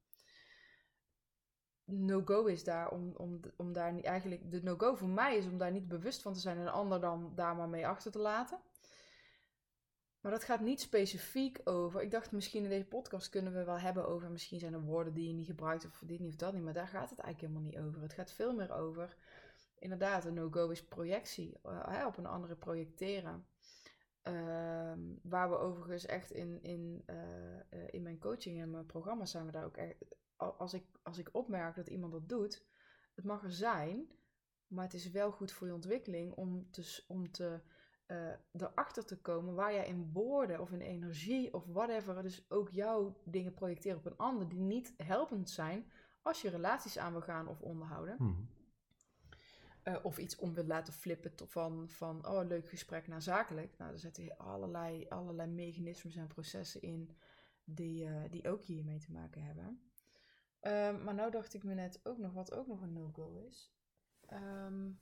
No-go is daar om, om, om daar niet, eigenlijk, de no-go voor mij is om daar niet bewust van te zijn en een ander dan daar maar mee achter te laten. Maar dat gaat niet specifiek over. Ik dacht misschien in deze podcast kunnen we wel hebben over. Misschien zijn er woorden die je niet gebruikt of dit niet of dat niet. Maar daar gaat het eigenlijk helemaal niet over. Het gaat veel meer over. Inderdaad, een no-go is projectie. Uh, op een andere projecteren. Uh, waar we overigens echt in, in, uh, uh, in mijn coaching en mijn programma's zijn we daar ook echt. Als ik, als ik opmerk dat iemand dat doet. Het mag er zijn. Maar het is wel goed voor je ontwikkeling om te. Om te Uh, erachter te komen waar jij in woorden of in energie of whatever, dus ook jouw dingen projecteren op een ander die niet helpend zijn als je relaties aan wil gaan of onderhouden. Hmm. Uh, of iets om wil laten flippen van, van oh, leuk gesprek naar zakelijk. Nou, daar zitten allerlei, allerlei mechanismes en processen in die, uh, die ook hiermee te maken hebben. Uh, maar nou dacht ik me net ook nog, wat ook nog een no-go is. Um,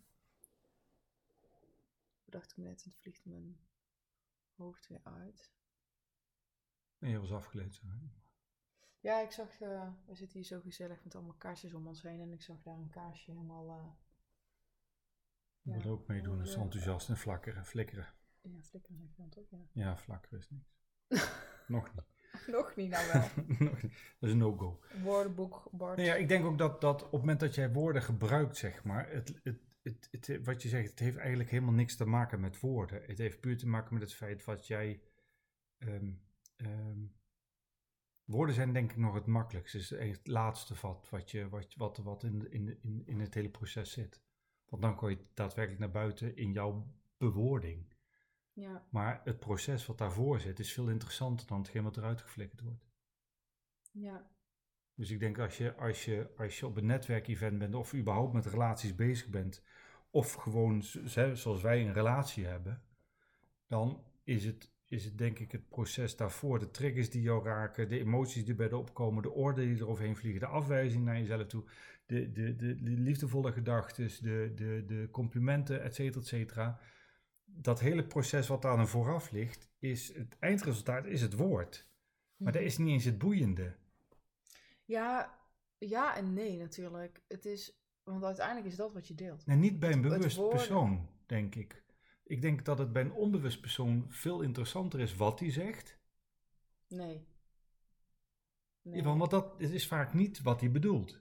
dacht ik net, het vliegt mijn hoofd weer uit. Nee, je was afgeleid. Zo. Ja, ik zag, uh, we zitten hier zo gezellig met allemaal kaarsjes om ons heen en ik zag daar een kaarsje helemaal... Uh, je ja, wil ook meedoen, is enthousiast en flakkeren, flikkeren. Ja, flikkeren zeg je dan toch, ja. Ja, flakkeren is niks. Nog niet. Nog niet, nou wel. Nog niet. Dat is een no-go. Woordenboek, Bart. Nee, ja, ik denk ook dat, dat op het moment dat jij woorden gebruikt, zeg maar, het... het Het, het, wat je zegt, het heeft eigenlijk helemaal niks te maken met woorden. Het heeft puur te maken met het feit wat jij... Um, um, woorden zijn denk ik nog het makkelijkste. Het is het laatste wat, wat, je, wat, wat, wat in, in, in, in het hele proces zit. Want dan kom je daadwerkelijk naar buiten in jouw bewoording. Ja. Maar het proces wat daarvoor zit is veel interessanter dan hetgeen wat eruit geflikkerd wordt. Ja. Dus ik denk als je, als je, als je op een netwerkevent bent of überhaupt met relaties bezig bent, of gewoon zoals wij een relatie hebben, dan is het, is het denk ik het proces daarvoor. De triggers die jou raken, de emoties die bij de opkomen, de oordelen die eroverheen vliegen, de afwijzing naar jezelf toe, de, de, de, de liefdevolle gedachten, de, de, de complimenten, et cetera, et cetera. Dat hele proces wat aan vooraf ligt, is het eindresultaat is het woord. Maar dat is niet eens het boeiende. Ja, ja en nee natuurlijk. Het is, want uiteindelijk is dat wat je deelt. En niet bij een Het- het bewust woorden. persoon, denk ik. Ik denk dat het bij een onbewust persoon veel interessanter is wat hij zegt. Nee. Nee. Jawel, want dat is vaak niet wat hij bedoelt.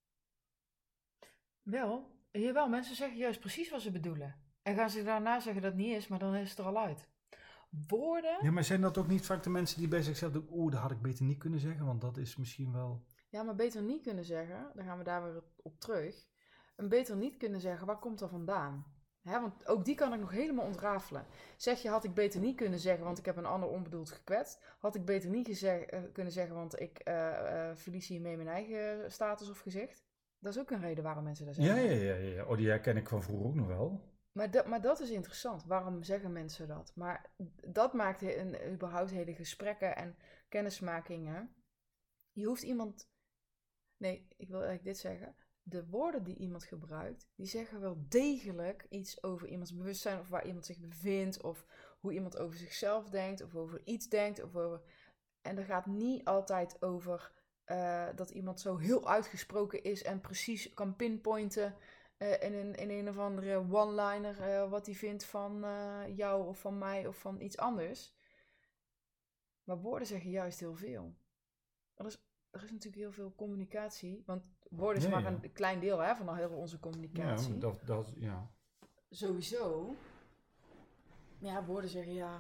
Wel, jawel, mensen zeggen juist precies wat ze bedoelen. En gaan ze daarna zeggen dat het niet is, maar dan is het er al uit. Woorden... Ja, maar zijn dat ook niet vaak de mensen die bij zichzelf denken, oeh, dat had ik beter niet kunnen zeggen, want dat is misschien wel... Ja, maar beter niet kunnen zeggen, dan gaan we daar weer op terug. Een beter niet kunnen zeggen, waar komt dat vandaan? Hè, want ook die kan ik nog helemaal ontrafelen. Zeg je, had ik beter niet kunnen zeggen, want ik heb een ander onbedoeld gekwetst. Had ik beter niet gezeg, uh, kunnen zeggen, want ik uh, uh, verlies hiermee mijn eigen status of gezicht. Dat is ook een reden waarom mensen dat zeggen. Ja, ja, ja, ja. Oh, die herken ik van vroeger ook nog wel. Maar, dat, maar dat is interessant. Waarom zeggen mensen dat? Maar dat maakt een, überhaupt hele gesprekken en kennismakingen. Je hoeft iemand... Nee, ik wil eigenlijk dit zeggen. De woorden die iemand gebruikt, die zeggen wel degelijk iets over iemands bewustzijn, of waar iemand zich bevindt, of hoe iemand over zichzelf denkt, of over iets denkt. Of over... En dat gaat niet altijd over uh, dat iemand zo heel uitgesproken is en precies kan pinpointen uh, in, een, in een of andere one-liner uh, wat hij vindt van uh, jou of van mij of van iets anders. Maar woorden zeggen juist heel veel. Er is Er is natuurlijk heel veel communicatie, want woorden is Ja, maar ja. een klein deel hè, van al heel onze communicatie. Ja, dat, dat, ja. Sowieso. Ja, woorden zeggen ja.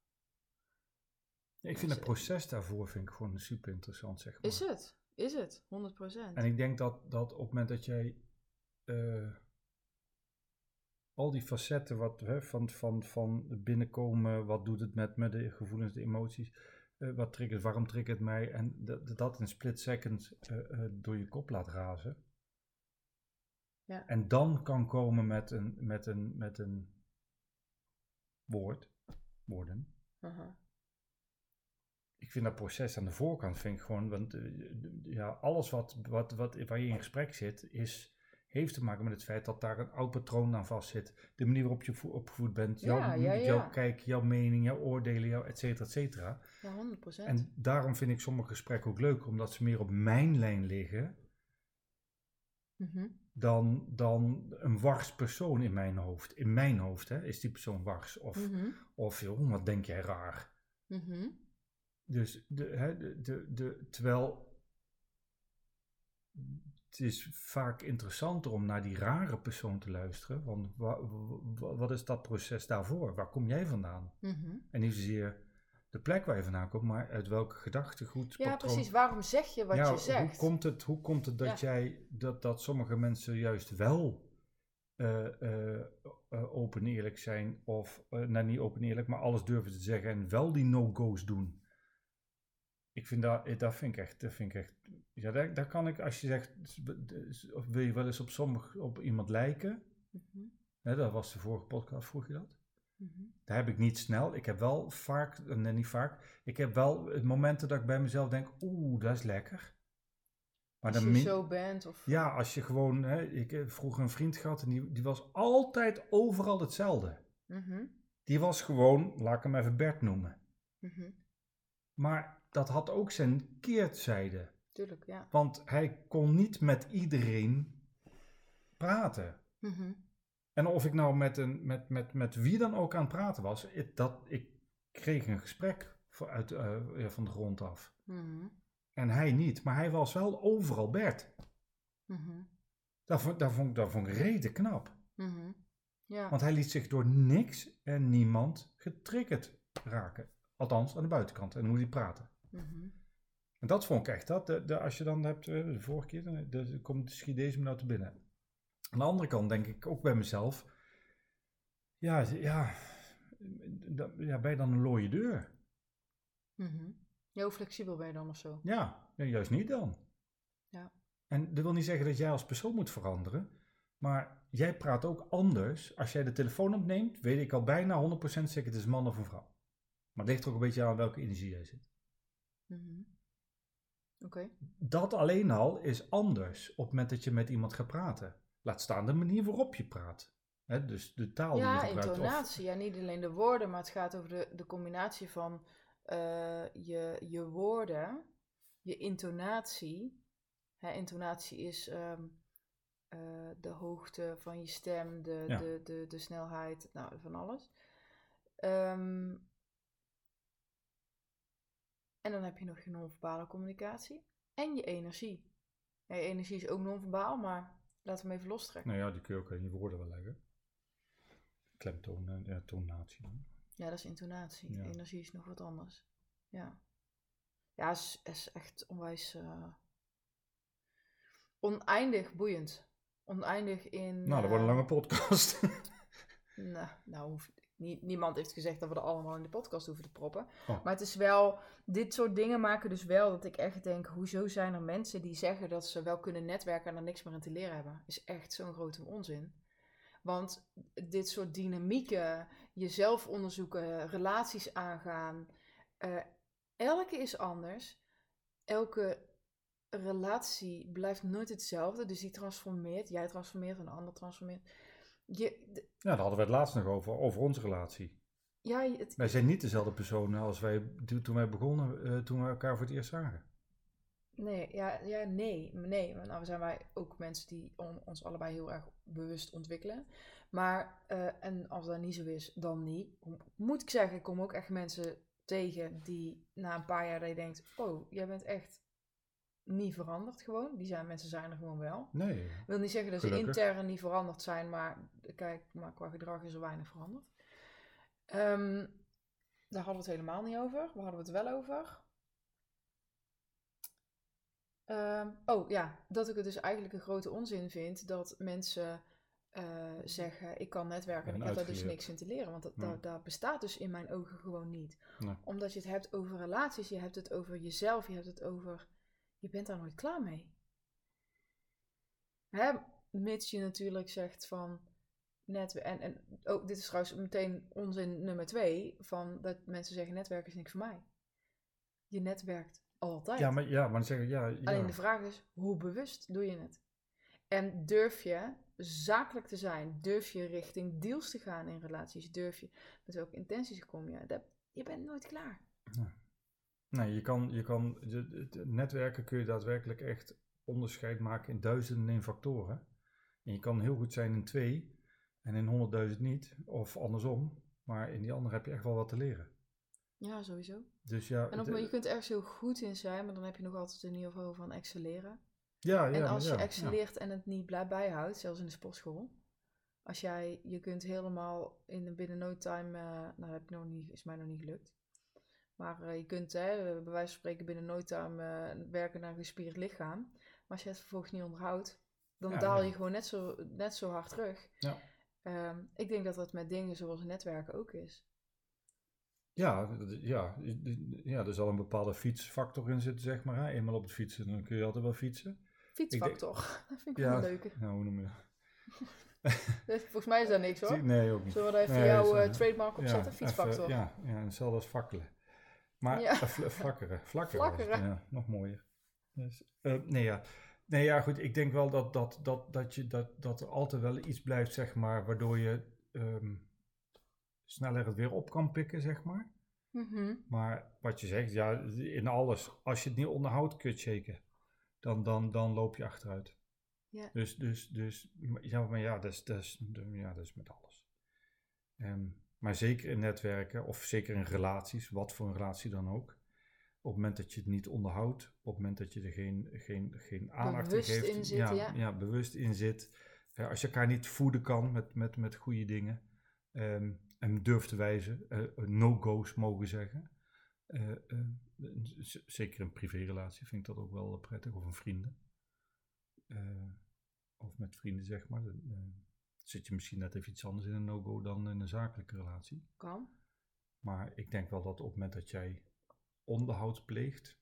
Ik vind het proces daarvoor vind ik gewoon super interessant, zeg maar. Is het? Is het? honderd procent. En ik denk dat, dat op het moment dat jij uh, al die facetten wat, hè, van, van, van binnenkomen, wat doet het met me, de gevoelens, de emoties... Uh, wat triggert, waarom triggert mij en dat, dat in split second uh, uh, door je kop laat razen. Ja. En dan kan komen met een, met een, met een woord, woorden. Uh-huh. Ik vind dat proces aan de voorkant, vind ik gewoon, want uh, ja, alles wat, wat, wat, waar je in gesprek zit, is, heeft te maken met het feit dat daar een oud patroon aan vast zit. De manier waarop je vo- opgevoed bent, jouw, Ja, ja, ja. jouw kijk, jouw mening, jouw oordelen, jouw et cetera, et cetera. Ja, honderd procent. En daarom vind ik sommige gesprekken ook leuk, omdat ze meer op mijn lijn liggen, mm-hmm. dan, dan een wars persoon in mijn hoofd. In mijn hoofd hè, is die persoon wars. Of, mm-hmm. of joh, wat denk jij raar. Mm-hmm. Dus de, hè, de, de, de, terwijl het is vaak interessanter om naar die rare persoon te luisteren. Want wa, wa, wat is dat proces daarvoor? Waar kom jij vandaan? Mm-hmm. En niet zozeer de plek waar je vandaan komt, maar uit welke gedachtegoed, Ja, patroon. precies. Waarom zeg je wat ja, je zegt? Hoe komt het, hoe komt het dat, ja. jij, dat, dat sommige mensen juist wel uh, uh, uh, open en eerlijk zijn, of uh, nou niet open en eerlijk, maar alles durven te zeggen en wel die no-go's doen? Ik vind dat, dat vind ik echt, dat vind ik echt, ja, daar, daar kan ik, als je zegt, of wil je wel eens op sommige, op iemand lijken? Mm-hmm. Hè, dat was de vorige podcast, vroeg je dat? Mm-hmm. Daar heb ik niet snel. Ik heb wel vaak, nee niet vaak, ik heb wel momenten dat ik bij mezelf denk, oeh, dat is lekker. Maar als dan je min... zo bent of... Ja, als je gewoon, hè, ik heb vroeger een vriend gehad en die, die was altijd overal hetzelfde. Mm-hmm. Die was gewoon, laat ik hem even Bert noemen. Mm-hmm. Maar dat had ook zijn keertzijde. Tuurlijk, ja. Want hij kon niet met iedereen praten. Mm-hmm. En of ik nou met, een, met, met, met wie dan ook aan het praten was, het, dat, ik kreeg een gesprek voor, uit, uh, van de grond af. Mm-hmm. En hij niet, maar hij was wel overal Bert. Mm-hmm. Dat, vond, dat, vond, dat vond ik rete knap. Mm-hmm. Ja. Want hij liet zich door niks en niemand getriggerd raken. Althans, aan de buitenkant en hoe die praten. Mm-hmm. En dat vond ik echt, dat, de, de, als je dan hebt, de vorige keer, dan de, komt, schiet deze me nou te binnen. Aan de andere kant denk ik ook bij mezelf, ja, ja, ja ben je dan een looie deur? Mm-hmm. Ja, hoe flexibel ben je dan of zo? Ja, ja, juist niet dan. Ja. En dat wil niet zeggen dat jij als persoon moet veranderen, maar jij praat ook anders. Als jij de telefoon opneemt, weet ik al bijna honderd procent zeker het is man of een vrouw. Maar het ligt er ook een beetje aan welke energie jij zit. Mm-hmm. Oké. Okay. Dat alleen al is anders op het moment dat je met iemand gaat praten. Laat staan de manier waarop je praat. He, dus de taal ja, die je gebruikt. Ja, intonatie. Ja, niet alleen de woorden, maar het gaat over de, de combinatie van uh, je, je woorden, je intonatie. Hè, intonatie is um, uh, de hoogte van je stem, de, ja. de, de, de snelheid, nou, van alles. Um, en dan heb je nog je non-verbale communicatie en je energie. Ja, je energie is ook non-verbaal, maar laten we hem even lostrekken. Nou ja, die kun je ook in je woorden wel leggen. Klemtoon en ja, tonatie. Ja, dat is intonatie. Ja. Energie is nog wat anders. Ja. Ja, het is, is echt onwijs uh, oneindig boeiend. Oneindig in... Nou, dat uh, wordt een lange podcast. nou, nou hoeft, nie, niemand heeft gezegd dat we er allemaal in de podcast hoeven te proppen. Oh. Maar het is wel... Dit soort dingen maken dus wel dat ik echt denk... Hoezo zijn er mensen die zeggen dat ze wel kunnen netwerken en er niks meer in te leren hebben? Is echt zo'n grote onzin. Want dit soort dynamieken, jezelf onderzoeken, relaties aangaan, uh, elke is anders. Elke relatie blijft nooit hetzelfde, dus die transformeert. Jij transformeert, een ander transformeert. Je, de, ja, daar hadden we het laatst nog over, over onze relatie. Ja, het, wij zijn niet dezelfde personen als wij toen wij begonnen, uh, toen we elkaar voor het eerst zagen. Nee, ja, ja, nee, nee. Nou, we zijn wij ook mensen die on, ons allebei heel erg bewust ontwikkelen. Maar, uh, en als dat niet zo is, dan niet. Moet ik zeggen, ik kom ook echt mensen tegen die na een paar jaar dat je denkt... Oh, jij bent echt niet veranderd gewoon. Die zijn, mensen zijn er gewoon wel. Nee. Ik wil niet zeggen dat gelukkig. Ze intern niet veranderd zijn, maar kijk, maar qua gedrag is er weinig veranderd. Um, daar hadden we het helemaal niet over. Waar hadden we het wel over? Um, oh ja, dat ik het dus eigenlijk een grote onzin vind dat mensen uh, zeggen, ik kan netwerken en ik heb daar dus niks in te leren. Want dat, nee. dat, dat bestaat dus in mijn ogen gewoon niet. Nee. Omdat je het hebt over relaties, je hebt het over jezelf, je hebt het over, je bent daar nooit klaar mee. Hè? Mits je natuurlijk zegt van, netwerken, en, en oh, dit is trouwens meteen onzin nummer twee, van dat mensen zeggen netwerken is niks voor mij. Je netwerkt altijd. Ja, maar, ja, maar dan zeggen ja, ja. Alleen de vraag is, hoe bewust doe je het? En durf je zakelijk te zijn? Durf je richting deals te gaan in relaties? Durf je, met welke intenties kom je? Dat, je bent nooit klaar. Ja. Nee, je kan, je kan de, de netwerken kun je daadwerkelijk echt onderscheid maken in duizenden in factoren. En je kan heel goed zijn in twee en in honderdduizend niet. Of andersom. Maar in die andere heb je echt wel wat te leren. Ja, sowieso. Dus ja, en op, je kunt ergens heel goed in zijn, maar dan heb je nog altijd een niveau van excelleren. Ja, ja, en als ja, je excelleert ja. en het niet blijft bijhoudt, zelfs in de sportschool. Als jij, je kunt helemaal in binnen no time, uh, nou dat heb ik nog niet, is mij nog niet gelukt. Maar uh, je kunt hè, bij wijze van spreken binnen no time uh, werken naar een gespierd lichaam. Maar als je het vervolgens niet onderhoudt, dan ja, daal je ja. gewoon net zo, net zo hard terug. Ja. Um, ik denk dat dat met dingen zoals netwerken ook is. Ja, ja, ja, er zal een bepaalde fietsfactor in zitten, zeg maar. Hè? Eenmaal op het fietsen, dan kun je altijd wel fietsen. Fietsfactor, denk, dat vind ik ja, wel leuk. Nou, hoe noem je dat? Volgens mij is dat niks hoor. Nee, ook niet. Zullen we daar even nee, jouw uh, trademark op zetten? Ja, fietsfactor. Even, ja, ja, hetzelfde als fakkelen. Maar ja. uh, fl- flakkeren, flakkeren. Flakkeren. Ja, nog mooier. Dus, uh, nee, ja. nee, ja, goed. Ik denk wel dat, dat, dat, dat, je, dat, dat er altijd wel iets blijft, zeg maar, waardoor je... Um, sneller het weer op kan pikken, zeg maar. Mm-hmm. Maar wat je zegt, ja, in alles, als je het niet onderhoudt, kun je het shaken. Dan, dan, dan loop je achteruit. Ja. Dus, dus, dus, ja, maar ja, dat is, dat is, ja, dat is met alles. Um, maar zeker in netwerken, of zeker in relaties, wat voor een relatie dan ook. Op het moment dat je het niet onderhoudt, op het moment dat je er geen, geen, geen aandacht aan geeft. In zit, ja, ja. ja, bewust in zit. Uh, als je elkaar niet voeden kan met, met, met goede dingen. Um, en durf te wijzen, uh, no-go's mogen zeggen. Uh, uh, z- zeker in een privérelatie vind ik dat ook wel prettig, of een vrienden. Uh, of met vrienden, zeg maar. Uh, zit je misschien net even iets anders in een no-go dan in een zakelijke relatie. Kan. Maar ik denk wel dat op het moment dat jij onderhoud pleegt,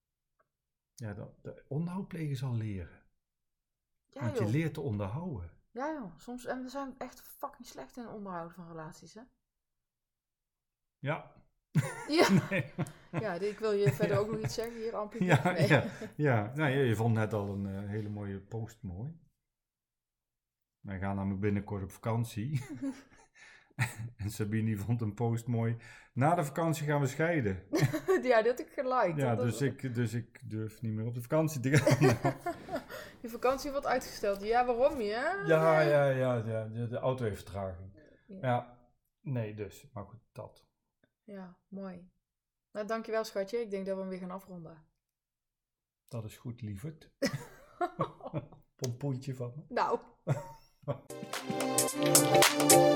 ja, dat, de onderhoud plegen zal leren. Ja, Want joh. je leert te onderhouden. Ja joh, soms, en we zijn echt fucking slecht in onderhoud van relaties, hè? Ja. Ja, Nee. ja ik wil je verder Ja. ook nog iets zeggen hier, Ampie. Ja, Nee. ja, ja. Nou, je, je vond net al een uh, hele mooie post mooi. Wij gaan namelijk binnenkort op vakantie. En Sabine vond een post mooi. Na de vakantie gaan we scheiden. Ja, dat heb ik geliked. Ja, dat dus was... ik, dus ik durf niet meer op de vakantie te gaan. Je vakantie wordt uitgesteld. Ja, waarom je? Ja, ja, ja, ja. De, de auto heeft vertraging. Ja. Ja, nee, dus. Maar goed, dat. Ja, mooi. Nou, dankjewel schatje. Ik denk dat we hem weer gaan afronden. Dat is goed, lieverd. Pompoentje van me. Nou.